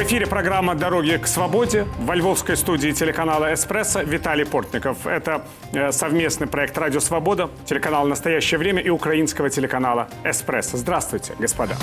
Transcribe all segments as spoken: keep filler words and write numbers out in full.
В эфире программа «Дороги к свободе». Во львовской студии телеканала «Эспрессо» Виталий Портников. Это совместный проект «Радио Свобода», телеканала «Настоящее время» и украинского телеканала «Эспрессо». Здравствуйте, господа.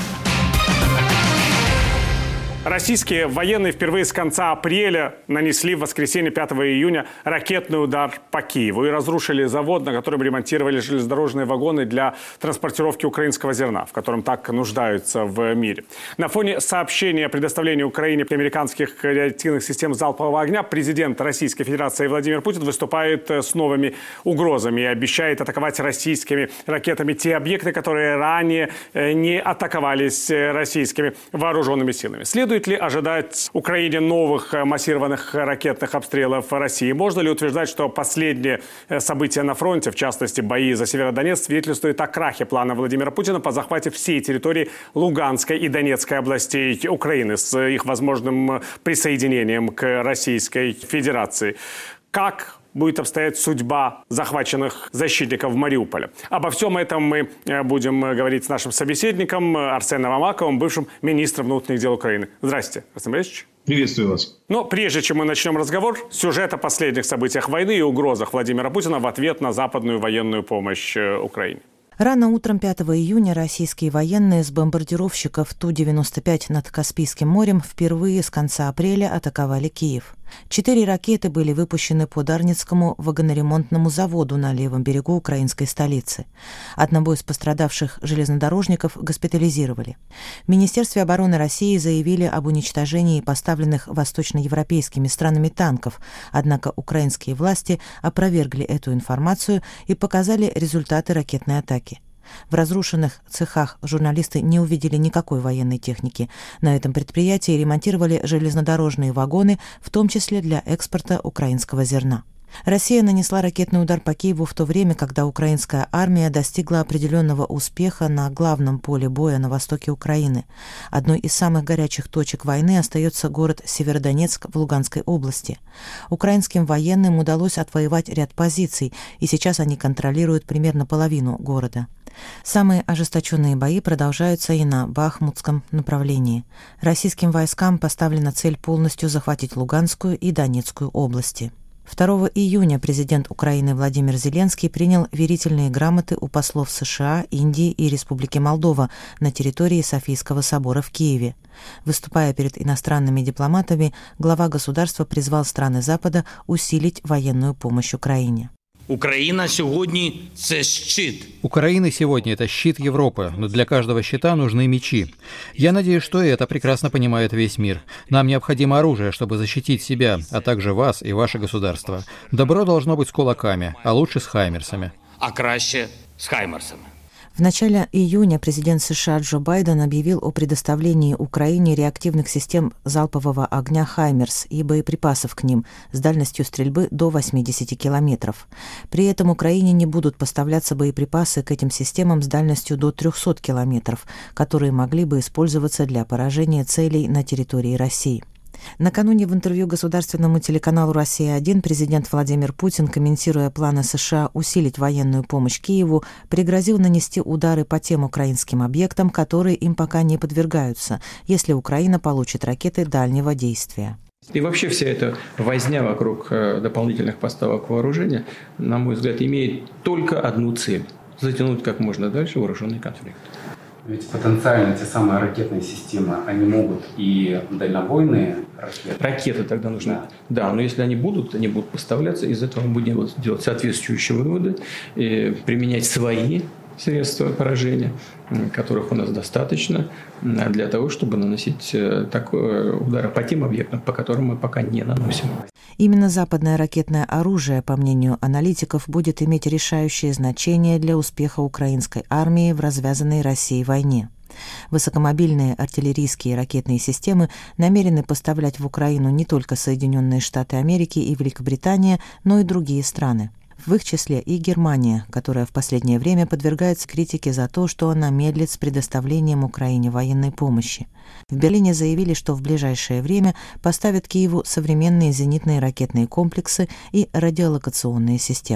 Российские военные впервые с конца апреля нанесли в воскресенье пятого июня ракетный удар по Киеву и разрушили завод, на котором ремонтировали железнодорожные вагоны для транспортировки украинского зерна, в котором так нуждаются в мире. На фоне сообщения о предоставлении Украине американских реактивных систем залпового огня президент Российской Федерации Владимир Путин выступает с новыми угрозами и обещает атаковать российскими ракетами те объекты, которые ранее не атаковались российскими вооруженными силами. Следует ли ожидать Украине новых массированных ракетных обстрелов России? Можно ли утверждать, что последние события на фронте, в частности бои за Северодонецк, свидетельствуют о крахе плана Владимира Путина по захвате всей территории Луганской и Донецкой областей Украины с их возможным присоединением к Российской Федерации? Как будет обстоять судьба захваченных защитников Мариуполя? Обо всем этом мы будем говорить с нашим собеседником Арсеном Аваковым, бывшим министром внутренних дел Украины. Здравствуйте, Арсен Борисович. Приветствую вас. Но прежде чем мы начнем разговор, сюжет о последних событиях войны и угрозах Владимира Путина в ответ на западную военную помощь Украине. Рано утром пятого июня российские военные с бомбардировщиков Ту девяносто пять над Каспийским морем впервые с конца апреля атаковали Киев. Четыре ракеты были выпущены по Дарницкому вагоноремонтному заводу на левом берегу украинской столицы. Одного из пострадавших железнодорожников госпитализировали. В Министерстве обороны России заявили об уничтожении поставленных восточноевропейскими странами танков, однако украинские власти опровергли эту информацию и показали результаты ракетной атаки. В разрушенных цехах журналисты не увидели никакой военной техники. На этом предприятии ремонтировали железнодорожные вагоны, в том числе для экспорта украинского зерна. Россия нанесла ракетный удар по Киеву в то время, когда украинская армия достигла определенного успеха на главном поле боя на востоке Украины. Одной из самых горячих точек войны остается город Северодонецк в Луганской области. Украинским военным удалось отвоевать ряд позиций, и сейчас они контролируют примерно половину города. Самые ожесточенные бои продолжаются и на Бахмутском направлении. Российским войскам поставлена цель полностью захватить Луганскую и Донецкую области. второго июня президент Украины Владимир Зеленский принял верительные грамоты у послов США, Индии и Республики Молдова на территории Софийского собора в Киеве. Выступая перед иностранными дипломатами, глава государства призвал страны Запада усилить военную помощь Украине. Украина сегодня – это щит. Украина сегодня – это щит Европы, но для каждого щита нужны мечи. Я надеюсь, что это прекрасно понимает весь мир. Нам необходимо оружие, чтобы защитить себя, а также вас и ваше государство. Добро должно быть с кулаками, а лучше с хаймерсами. А краще с хаймерсами. В начале июня президент США Джо Байден объявил о предоставлении Украине реактивных систем залпового огня «Хаймерс» и боеприпасов к ним с дальностью стрельбы до восьмидесяти километров. При этом Украине не будут поставляться боеприпасы к этим системам с дальностью до трехсот километров, которые могли бы использоваться для поражения целей на территории России. Накануне в интервью государственному телеканалу «Россия один» президент Владимир Путин, комментируя планы США усилить военную помощь Киеву, пригрозил нанести удары по тем украинским объектам, которые им пока не подвергаются, если Украина получит ракеты дальнего действия. И вообще вся эта возня вокруг дополнительных поставок вооружения, на мой взгляд, имеет только одну цель – затянуть как можно дальше вооруженный конфликт. Ведь потенциально те самые ракетные системы, они могут и дальнобойные ракеты. Ракеты тогда нужны. Да, да, но если они будут, они будут поставляться, из этого мы будем делать соответствующие выводы, и применять свои средства поражения, которых у нас достаточно, для того, чтобы наносить такой удары по тем объектам, по которым мы пока не наносим. Именно западное ракетное оружие, по мнению аналитиков, будет иметь решающее значение для успеха украинской армии в развязанной Россией войне. Высокомобильные артиллерийские ракетные системы намерены поставлять в Украину не только Соединенные Штаты Америки и Великобритания, но и другие страны. В их числе и Германия, которая в последнее время подвергается критике за то, что она медлит с предоставлением Украине военной помощи. В Берлине заявили, что в ближайшее время поставят Киеву современные зенитные ракетные комплексы и радиолокационные системы.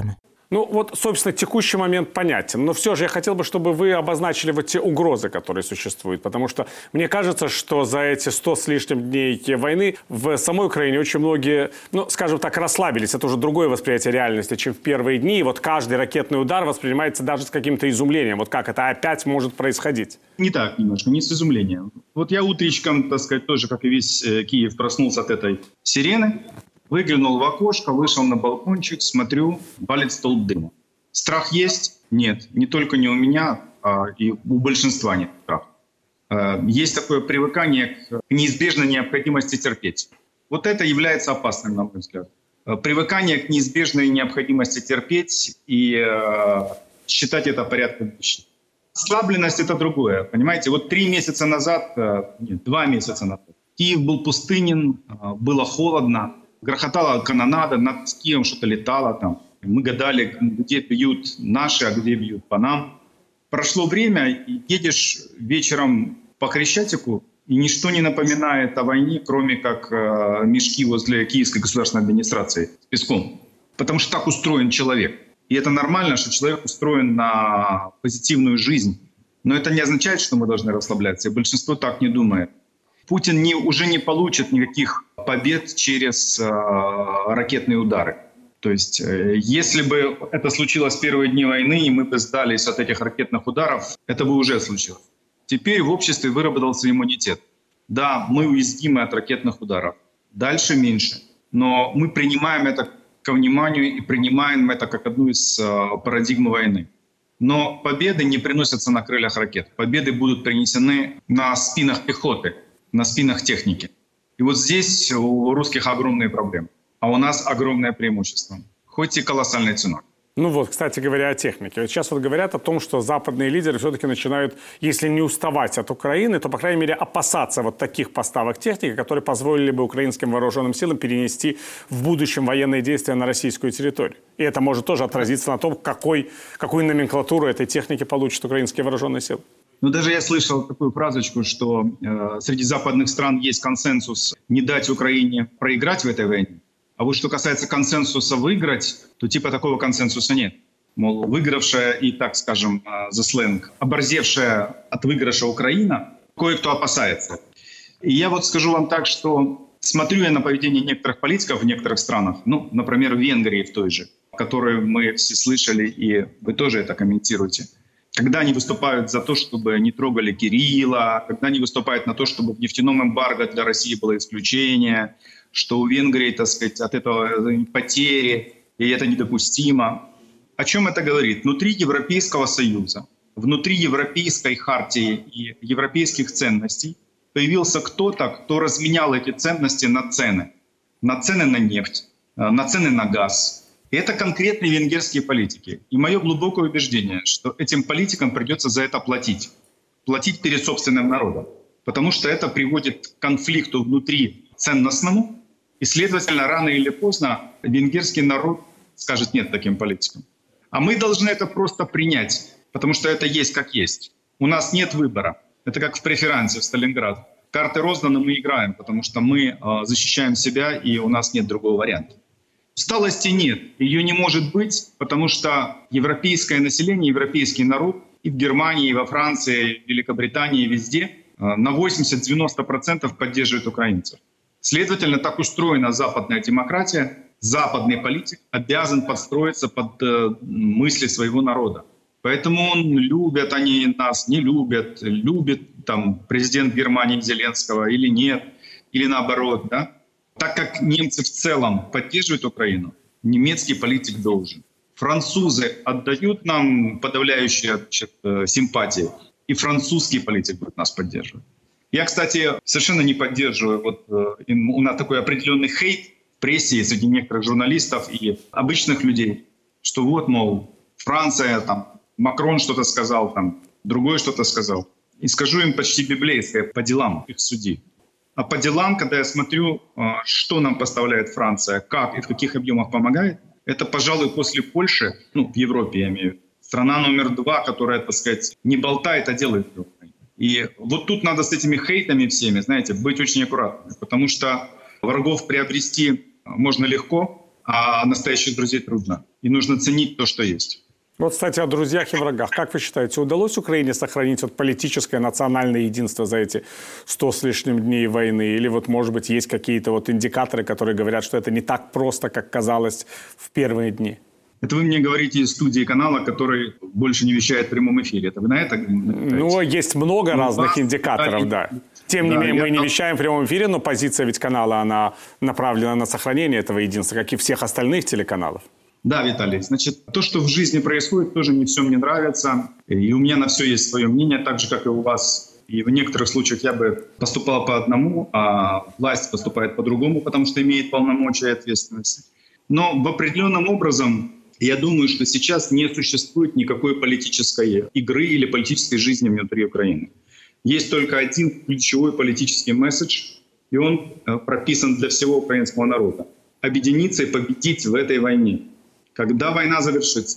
Ну вот, собственно, текущий момент понятен. Но все же я хотел бы, чтобы вы обозначили вот те угрозы, которые существуют. Потому что мне кажется, что за эти сто с лишним дней войны в самой Украине очень многие, ну, скажем так, расслабились. Это уже другое восприятие реальности, чем в первые дни. И вот каждый ракетный удар воспринимается даже с каким-то изумлением. Вот как это опять может происходить? Не так немножко, не с изумлением. Вот я утречком, так сказать, тоже, как и весь Киев, проснулся от этой сирены. Выглянул в окошко, вышел на балкончик, смотрю, валит столб дыма. Страх есть? Нет. Не только не у меня, а и у большинства нет страха. Есть такое привыкание к неизбежной необходимости терпеть. Вот это является опасным, на мой взгляд. Привыкание к неизбежной необходимости терпеть и считать это порядком вещей. Слабленность — это другое, понимаете? Вот три месяца назад, нет, два месяца назад, Киев был пустынен, было холодно. Грохотала канонада, над Киевом что-то летало там. Мы гадали, где бьют наши, а где бьют по нам. Прошло время, и едешь вечером по Хрещатику, и ничто не напоминает о войне, кроме как э, мешки возле Киевской государственной администрации с песком. Потому что так устроен человек. И это нормально, что человек устроен на позитивную жизнь. Но это не означает, что мы должны расслабляться. И большинство так не думает. Путин не, уже не получит никаких побед через э, ракетные удары. То есть, э, если бы это случилось в первые дни войны, и мы бы сдались от этих ракетных ударов, это бы уже случилось. Теперь в обществе выработался иммунитет. Да, мы уязвимы от ракетных ударов. Дальше меньше. Но мы принимаем это ко вниманию и принимаем это как одну из э, парадигм войны. Но победы не приносятся на крыльях ракет. Победы будут принесены на спинах пехоты, на спинах техники. И вот здесь у русских огромные проблемы. А у нас огромное преимущество. Хоть и колоссальной ценой. Ну вот, кстати говоря, о технике. Вот сейчас вот говорят о том, что западные лидеры все-таки начинают, если не уставать от Украины, то, по крайней мере, опасаться вот таких поставок техники, которые позволили бы украинским вооруженным силам перенести в будущем военные действия на российскую территорию. И это может тоже отразиться на том, какой, какую номенклатуру этой техники получат украинские вооруженные силы. Ну, даже я слышал такую фразочку, что э, среди западных стран есть консенсус не дать Украине проиграть в этой войне. А вот что касается консенсуса выиграть, то типа такого консенсуса нет. Мол, выигравшая и, так скажем, э, за сленг, оборзевшая от выигрыша Украина, кое-кто опасается. И я вот скажу вам так, что смотрю я на поведение некоторых политиков в некоторых странах, ну, например, в Венгрии в той же, которую мы все слышали, и вы тоже это комментируете. Когда они выступают за то, чтобы не трогали Кирилла, когда они выступают на то, чтобы в нефтяном эмбарго для России было исключение, что у Венгрии, так сказать, от этого потери, и это недопустимо. О чем это говорит? Внутри Европейского Союза, внутри Европейской хартии и европейских ценностей появился кто-то, кто разменял эти ценности на цены. На цены на нефть, на цены на газ. И это конкретные венгерские политики. И мое глубокое убеждение, что этим политикам придется за это платить. Платить перед собственным народом. Потому что это приводит к конфликту внутри ценностному. И, следовательно, рано или поздно венгерский народ скажет «нет» таким политикам. А мы должны это просто принять, потому что это есть как есть. У нас нет выбора. Это как в преферансе в Сталинград. Карты розданы, мы играем, потому что мы э, защищаем себя, и у нас нет другого варианта. Усталости нет, ее не может быть, потому что европейское население, европейский народ и в Германии, и во Франции, и в Великобритании, везде на восемьдесят-девяносто процентов поддерживает украинцев. Следовательно, так устроена западная демократия. Западный политик обязан подстроиться под э, мысли своего народа. Поэтому он любят они нас, не любят, любит там президент Германии Зеленского или нет, или наоборот, да. Так как немцы в целом поддерживают Украину, немецкий политик должен. Французы отдают нам подавляющие значит, симпатии, и французский политик будет нас поддерживать. Я, кстати, совершенно не поддерживаю, вот у нас такой определенный хейт в прессе и среди некоторых журналистов и обычных людей, что вот, мол, Франция, там, Макрон что-то сказал, там, другой что-то сказал. И скажу им почти библейское: по делам их суди. А по делам, когда я смотрю, что нам поставляет Франция, как и в каких объемах помогает, это, пожалуй, после Польши, ну, в Европе я имею в виду, страна номер два, которая, так сказать, не болтает, а делает. И вот тут надо с этими хейтами всеми, знаете, быть очень аккуратными, потому что врагов приобрести можно легко, а настоящих друзей трудно. и нужно ценить то, что есть. Вот, кстати, о друзьях и врагах. Как вы считаете, удалось Украине сохранить вот политическое национальное единство за эти сто с лишним дней войны? Или вот, может быть, есть какие-то вот индикаторы, которые говорят, что это не так просто, как казалось в первые дни? Это вы мне говорите из студии канала, который больше не вещает в прямом эфире. Это вы на это намекаете? Ну, есть много Ну, разных вас, индикаторов, да. Тем не да, менее, мы я... не вещаем в прямом эфире, но позиция ведь канала, она направлена на сохранение этого единства, как и всех остальных телеканалов. Да, Виталий, значит, то, что в жизни происходит, тоже не все мне нравится. И у меня на все есть свое мнение, так же, как и у вас. И в некоторых случаях я бы поступал по одному, а власть поступает по-другому, потому что имеет полномочия и ответственность. Но в определенном образом я думаю, что сейчас не существует никакой политической игры или политической жизни внутри Украины. Есть только один ключевой политический месседж, и он прописан для всего украинского народа. Объединиться и победить в этой войне. Когда война завершится,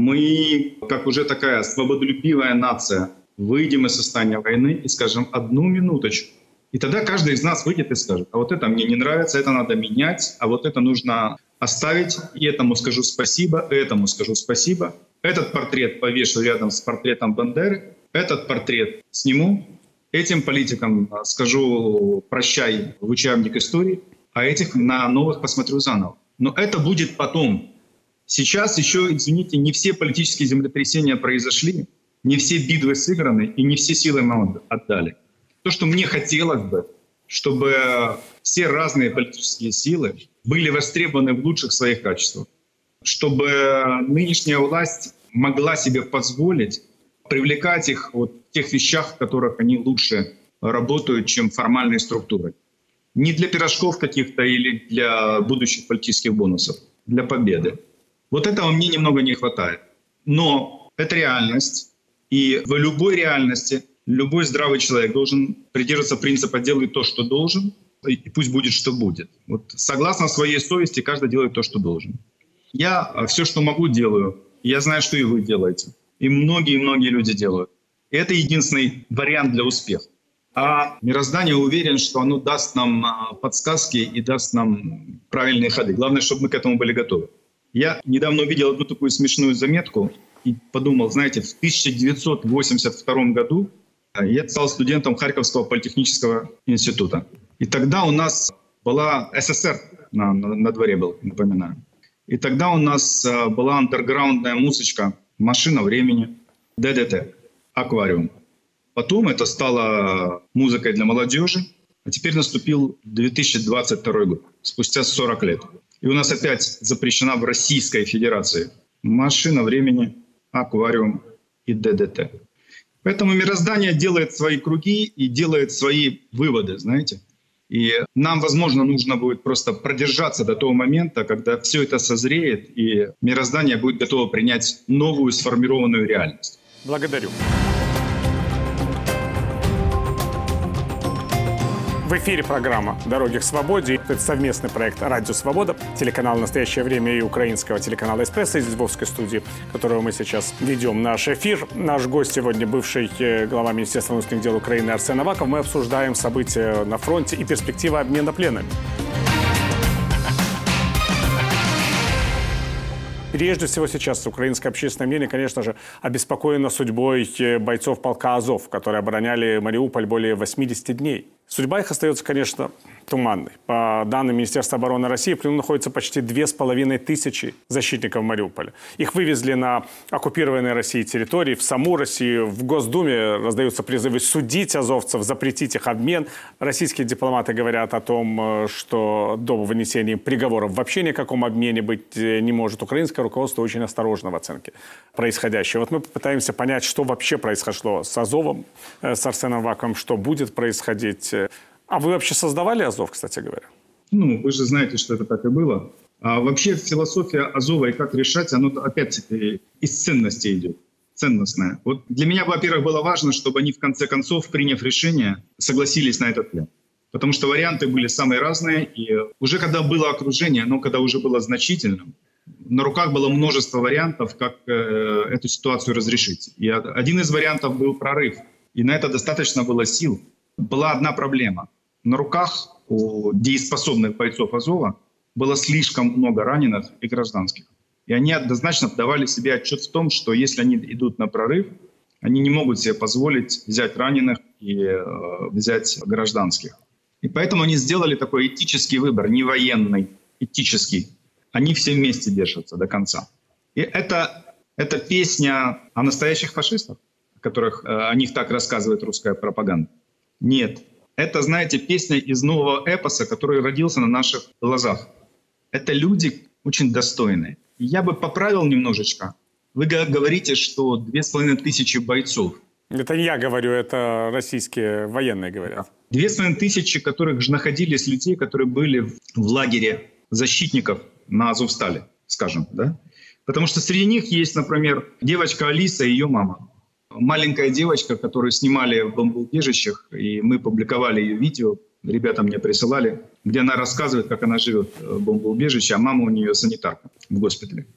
мы, как уже такая свободолюбивая нация, выйдем из состояния войны и скажем одну минуточку. И тогда каждый из нас выйдет и скажет, а вот это мне не нравится, это надо менять, а вот это нужно оставить, и этому скажу спасибо, этому скажу спасибо. Этот портрет повешу рядом с портретом Бандеры, этот портрет сниму, этим политикам скажу прощай в учебник истории, а этих на новых посмотрю заново. Но это будет потом. Сейчас еще, извините, не все политические землетрясения произошли, не все битвы сыграны и не все силы мы отдали. То, что мне хотелось бы, чтобы все разные политические силы были востребованы в лучших своих качествах, чтобы нынешняя власть могла себе позволить привлекать их вот в тех вещах, в которых они лучше работают, чем формальные структуры. Не для пирожков каких-то или для будущих политических бонусов, для победы. Вот этого мне немного не хватает. Но это реальность. И в любой реальности любой здравый человек должен придерживаться принципа «делай то, что должен, и пусть будет, что будет». Вот согласно своей совести каждый делает то, что должен. Я все, что могу, делаю. Я знаю, что и вы делаете. И многие-многие люди делают. И это единственный вариант для успеха. А мироздание уверен, что оно даст нам подсказки и даст нам правильные ходы. Главное, чтобы мы к этому были готовы. Я недавно увидел одну такую смешную заметку и подумал, знаете, в тысяча девятьсот восемьдесят втором году я стал студентом Харьковского политехнического института. И тогда у нас была СССР на, на, на дворе был, напоминаю. И тогда у нас была андерграундная музычка «Машина времени», ДДТ, «Аквариум». Потом это стало музыкой для молодежи. А теперь наступил две тысячи двадцать второй год, спустя сорок лет. И у нас опять запрещена в Российской Федерации «Машина времени», «Аквариум» и ДДТ. Поэтому мироздание делает свои круги и делает свои выводы, знаете. И нам, возможно, нужно будет просто продержаться до того момента, когда все это созреет, и мироздание будет готово принять новую сформированную реальность. Благодарю. В эфире программа «Дороги к свободе». Это совместный проект «Радио Свобода», телеканал «Настоящее время» и украинского телеканала «Эспрессо» из Львовской студии, которого мы сейчас ведем наш эфир. Наш гость сегодня бывший глава Министерства внутренних дел Украины Арсен Аваков. Мы обсуждаем события на фронте и перспективы обмена пленами. Прежде всего сейчас украинское общественное мнение, конечно же, обеспокоено судьбой бойцов полка «Азов», которые обороняли Мариуполь более восьмидесяти дней. Судьба их остается, конечно, туманной. По данным Министерства обороны России, в плену находится почти две с половиной тысячи защитников Мариуполя. Их вывезли на оккупированные Россией территории, в саму Россию. В Госдуме раздаются призывы судить азовцев, запретить их обмен. Российские дипломаты говорят о том, что до вынесения приговоров вообще ни о каком обмене быть не может. Украинское руководство очень осторожно в оценке происходящего. Вот мы попытаемся понять, что вообще произошло с Азовом, с Арсеном Аваковым, что будет происходить. А вы вообще создавали Азов, кстати говоря? Ну, вы же знаете, что это так и было. А вообще философия Азова и как решать, оно опять-таки из ценности идет. Ценностная. Вот для меня, во-первых, было важно, чтобы они в конце концов, приняв решение, согласились на этот план. Потому что варианты были самые разные. И уже когда было окружение, но когда уже было значительным, на руках было множество вариантов, как э, эту ситуацию разрешить. И один из вариантов был прорыв. И на это достаточно было сил. Была одна проблема. На руках у дееспособных бойцов Азова было слишком много раненых и гражданских. И они однозначно давали себе отчет в том, что если они идут на прорыв, они не могут себе позволить взять раненых и э, взять гражданских. И поэтому они сделали такой этический выбор, не военный, этический. Они все вместе держатся до конца. И это, это песня о настоящих фашистах, о которых э, о них так рассказывает русская пропаганда. Нет. Это, знаете, песня из нового эпоса, который родился на наших глазах. Это люди очень достойные. Я бы поправил немножечко. Вы говорите, что две с половиной тысячи бойцов. Это не я говорю, это российские военные говорят. Две с половиной тысячи, которых же находились людей, которые были в лагере защитников на Азовстале, скажем, да? Потому что среди них есть, например, девочка Алиса и ее мама. Маленькая девочка, которую снимали в бомбоубежищах, и мы публиковали ее видео, ребята мне присылали, где она рассказывает, как она живет в бомбоубежище, а мама у нее санитарка в госпитале.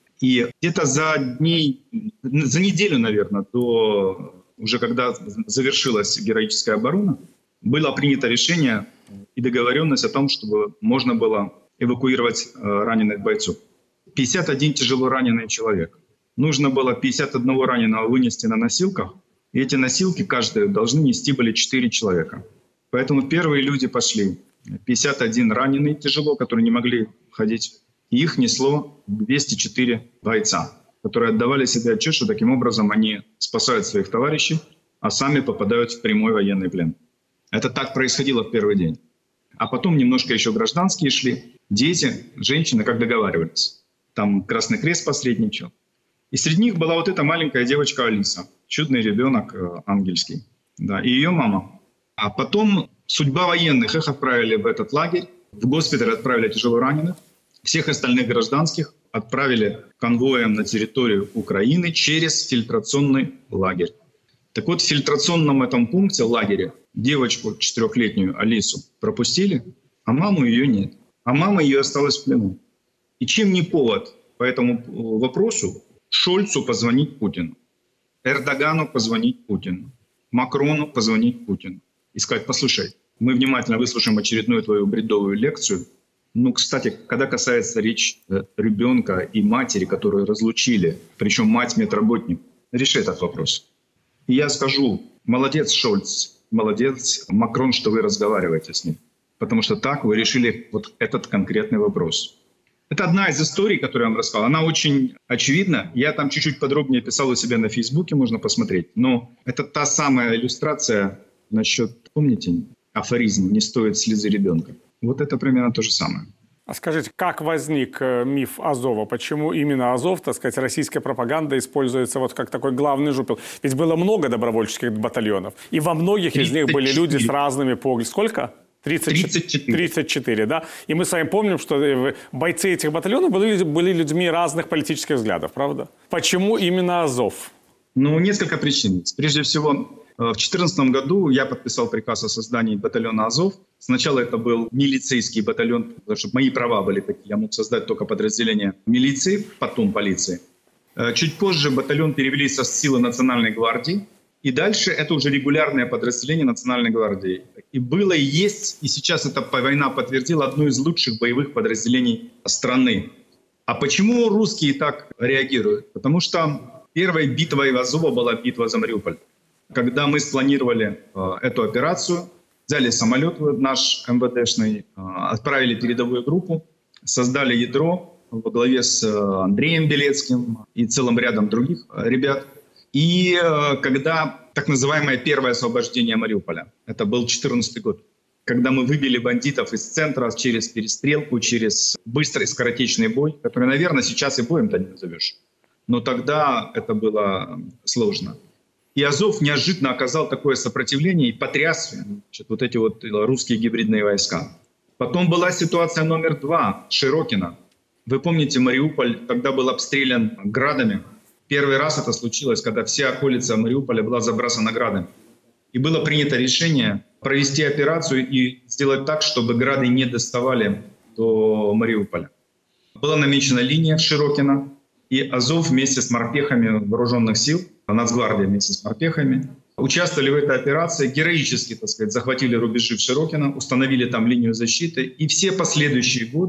И где-то за дней, за неделю, наверное, до уже когда завершилась героическая оборона, было принято решение и договоренность о том, чтобы можно было эвакуировать раненых бойцов. пятьдесят один тяжело раненый человек. Нужно было пятьдесят один раненого вынести на носилках, и эти носилки каждые должны нести были четыре человека. Поэтому первые люди пошли. пятьдесят один раненый тяжело, которые не могли ходить. И их несло двести четыре бойца, которые отдавали себе отчет, что таким образом они спасают своих товарищей, а сами попадают в прямой военный плен. Это так происходило в первый день. А потом немножко еще гражданские шли, дети, женщины, как договаривались. Там Красный Крест посредничал. И среди них была вот эта маленькая девочка Алиса, чудный ребенок э, ангельский, да, и ее мама. А потом судьба военных, их отправили в этот лагерь, в госпиталь отправили тяжело раненых, всех остальных гражданских отправили конвоем на территорию Украины через фильтрационный лагерь. Так вот, в фильтрационном этом пункте, лагере, девочку четырехлетнюю Алису пропустили, а маму ее нет. А мама ее осталась в плену. И чем не повод по этому вопросу Шольцу позвонить Путину, Эрдогану позвонить Путину, Макрону позвонить Путину и сказать: послушай, мы внимательно выслушаем очередную твою бредовую лекцию. Ну, кстати, когда касается речи ребенка и матери, которую разлучили, причем мать медработник, реши этот вопрос. И я скажу: молодец, Шольц, молодец, Макрон, что вы разговариваете с ним. Потому что так вы решили вот этот конкретный вопрос. Это одна из историй, которую я вам рассказал. Она очень очевидна. Я там чуть-чуть подробнее писал у себя на Фейсбуке, можно посмотреть. Но это та самая иллюстрация насчет, помните, афоризм «не стоит слезы ребенка». Вот это примерно то же самое. А скажите, как возник миф Азова? Почему именно Азов, так сказать, российская пропаганда используется вот как такой главный жупел? Ведь было много добровольческих батальонов, и во многих из них были люди с разными поглядами. Сколько? тридцать четыре. тридцать четыре, да? И мы с вами помним, что бойцы этих батальонов были, были людьми разных политических взглядов, правда? Почему именно Азов? Ну, несколько причин. Прежде всего, в две тысячи четырнадцатом году я подписал приказ о создании батальона «Азов». Сначала это был милицейский батальон, потому что мои права были такие. Я мог создать только подразделение милиции, потом полиции. Чуть позже батальон перевели со силы Национальной гвардии. И дальше это уже регулярное подразделение Национальной гвардии. И было, и есть, и сейчас эта война подтвердила, одно из лучших боевых подразделений страны. А почему русские так реагируют? Потому что первой битвой Азова была битва за Мариуполь. Когда мы спланировали э, эту операцию, взяли самолет наш эм вэ дэшный, э, отправили передовую группу, создали ядро во главе с э, Андреем Белецким и целым рядом других э, ребят. И э, когда так называемое первое освобождение Мариуполя, это был две тысячи четырнадцатый год, когда мы выбили бандитов из центра через перестрелку, через быстрый скоротечный бой, который, наверное, сейчас и боем-то не назовешь. Но тогда это было сложно. И Азов неожиданно оказал такое сопротивление и потряс значит, вот эти вот русские гибридные войска. Потом была ситуация номер два, Широкино. Вы помните, Мариуполь тогда был обстрелян градами. Первый раз это случилось, когда вся околица Мариуполя была забрасана градами. И было принято решение провести операцию и сделать так, чтобы грады не доставали до Мариуполя. Была намечена линия в Широкино, и Азов вместе с морпехами вооруженных сил, Нацгвардия вместе с морпехами, участвовали в этой операции, героически, так сказать, захватили рубежи в Широкино, установили там линию защиты. И все последующие годы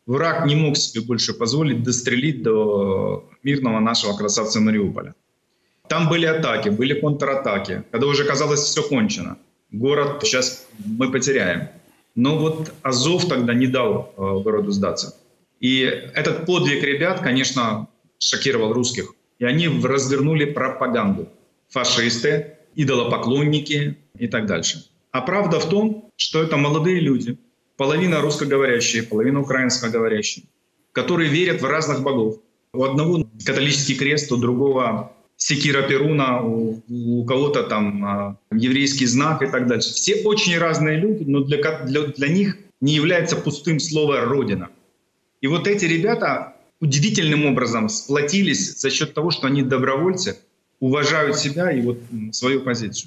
враг не мог себе больше позволить дострелить до мирного нашего красавца Мариуполя. Там были атаки, были контратаки, когда уже казалось, все кончено. Город сейчас мы потеряем. Но вот Азов тогда не дал э, городу сдаться. И этот подвиг ребят, конечно, шокировал русских. И они развернули пропаганду. Фашисты, идолопоклонники и так дальше. А правда в том, что это молодые люди, половина русскоговорящие, половина украинскоговорящие, которые верят в разных богов. У одного католический крест, у другого секира Перуна, у, у кого-то там э, еврейский знак и так дальше. Все очень разные люди, но для, для, для них не является пустым слово «Родина». И вот эти ребята удивительным образом сплотились за счет того, что они добровольцы, уважают себя и вот свою позицию.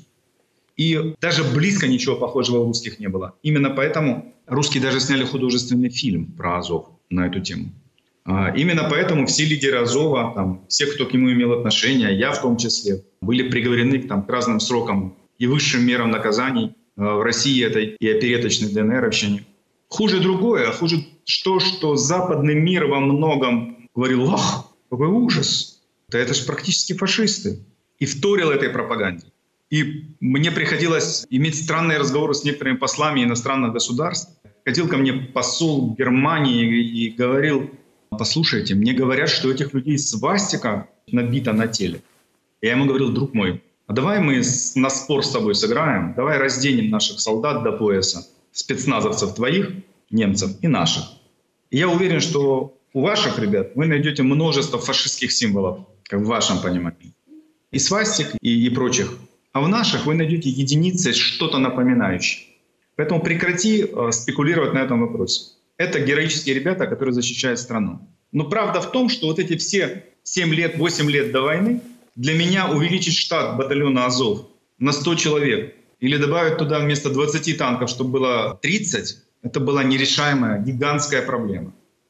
И даже близко ничего похожего у русских не было. Именно поэтому русские даже сняли художественный фильм про Азов на эту тему. Именно поэтому все лидеры Азова, там, все, кто к нему имел отношение, я в том числе, были приговорены там, к разным срокам и высшим мерам наказаний. В России это и опереточной ДНРовщине. Хуже другое, а хуже то, что западный мир во многом говорил: ах, какой ужас, да это же практически фашисты. И вторил этой пропаганде. И мне приходилось иметь странные разговоры с некоторыми послами иностранных государств. Ходил ко мне посол Германии и говорил: послушайте, мне говорят, что у этих людей свастика набита на теле. Я ему говорил: друг мой, а давай мы на спор с тобой сыграем, давай разденем наших солдат до пояса, спецназовцев твоих, немцев и наших. И я уверен, что у ваших ребят вы найдете множество фашистских символов, как в вашем понимании, и свастик, и, и прочих. А в наших вы найдете единицы, что-то напоминающее. Поэтому прекрати э, спекулировать на этом вопросе. Это героические ребята, которые защищают страну. Но правда в том, что вот эти все семь лет, восемь лет до войны для меня увеличить штат батальона Азов на сто человек или добавить туда вместо двадцати танков, чтобы было тридцать, это была нерешаемая гигантская проблема.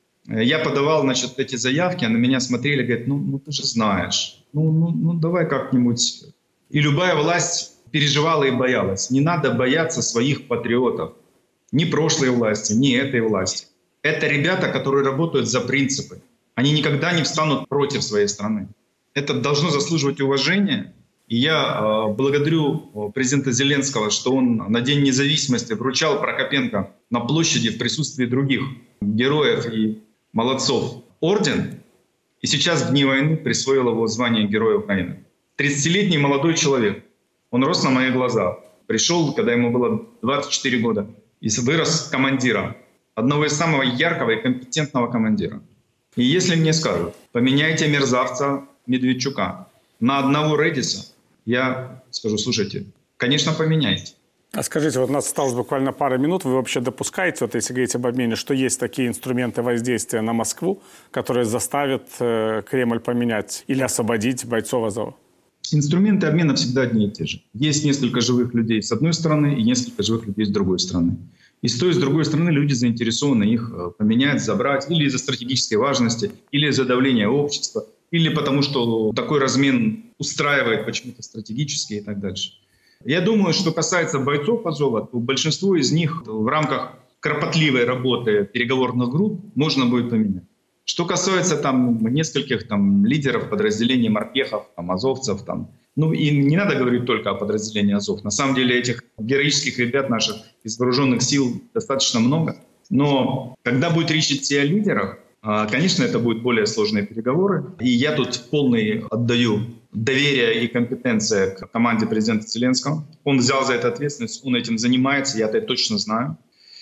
Я подавал, значит, эти заявки, а на меня смотрели, говорят: ну, ну ты же знаешь, ну, ну, ну давай как-нибудь. И любая власть переживала и боялась. Не надо бояться своих патриотов. Ни прошлой власти, ни этой власти. Это ребята, которые работают за принципы. Они никогда не встанут против своей страны. Это должно заслуживать уважения. И я э, благодарю президента Зеленского, что он на День независимости вручал Прокопенко на площади в присутствии других героев и молодцов орден. И сейчас в дни войны присвоил его звание Героя Украины. тридцатилетний молодой человек. Он рос на моих глазах. Пришел, когда ему было двадцать четыре года. И вырос командиром. Одного из самого яркого и компетентного командира. И если мне скажут: поменяйте мерзавца Медведчука на одного Редиса, я скажу: слушайте, конечно, поменяйте. А скажите, вот у нас осталось буквально пара минут. Вы вообще допускаете, вот если говорить об обмене, что есть такие инструменты воздействия на Москву, которые заставят э, Кремль поменять или освободить бойцов Азова? Инструменты обмена всегда одни и те же. Есть несколько живых людей с одной стороны и несколько живых людей с другой стороны. И с той, и с другой стороны люди заинтересованы их поменять, забрать, или из-за стратегической важности, или из-за давления общества, или потому что такой размен устраивает почему-то стратегически и так дальше. Я думаю, что касается бойцов Азова, то большинство из них в рамках кропотливой работы переговорных групп можно будет поменять. Что касается там нескольких там лидеров подразделений морпехов, там, азовцев, там, ну и не надо говорить только о подразделении Азов. На самом деле этих героических ребят наших из вооруженных сил достаточно много. Но когда будет речь идти о лидерах, конечно, это будут более сложные переговоры. И я тут полный отдаю доверие и компетенция к команде президента Зеленского. Он взял за это ответственность, он этим занимается, я это точно знаю.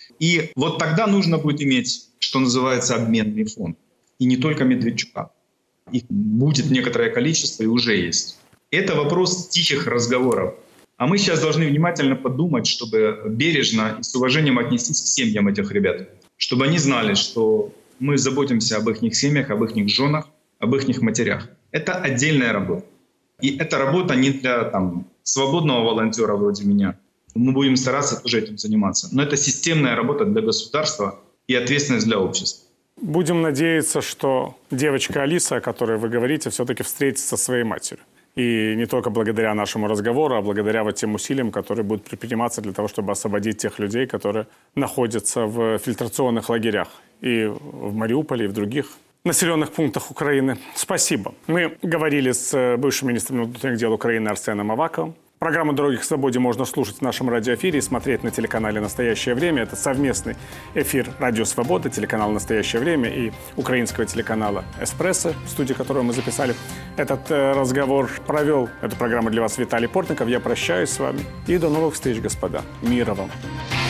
И вот тогда нужно будет иметь, что называется, обменный фонд. И не только Медведчука. Их будет некоторое количество и уже есть. Это вопрос тихих разговоров. А мы сейчас должны внимательно подумать, чтобы бережно и с уважением отнестись к семьям этих ребят. Чтобы они знали, что мы заботимся об их семьях, об их женах, об их матерях. Это отдельная работа. И эта работа не для там, свободного волонтера вроде меня. Мы будем стараться тоже этим заниматься. Но это системная работа для государства и ответственность для общества. Будем надеяться, что девочка Алиса, о которой вы говорите, все-таки встретится со своей матерью. И не только благодаря нашему разговору, а благодаря вот тем усилиям, которые будут предприниматься для того, чтобы освободить тех людей, которые находятся в фильтрационных лагерях и в Мариуполе, и в других населенных пунктах Украины. Спасибо. Мы говорили с бывшим министром внутренних дел Украины Арсеном Аваковым. Программу «Дороги к свободе» можно слушать в нашем радиоэфире и смотреть на телеканале «Настоящее время». Это совместный эфир «Радио Свобода», телеканал «Настоящее время» и украинского телеканала «Эспрессо», в студии которого мы записали этот э, разговор. Провел эту программу для вас Виталий Портников. Я прощаюсь с вами. И до новых встреч, господа. Мира вам.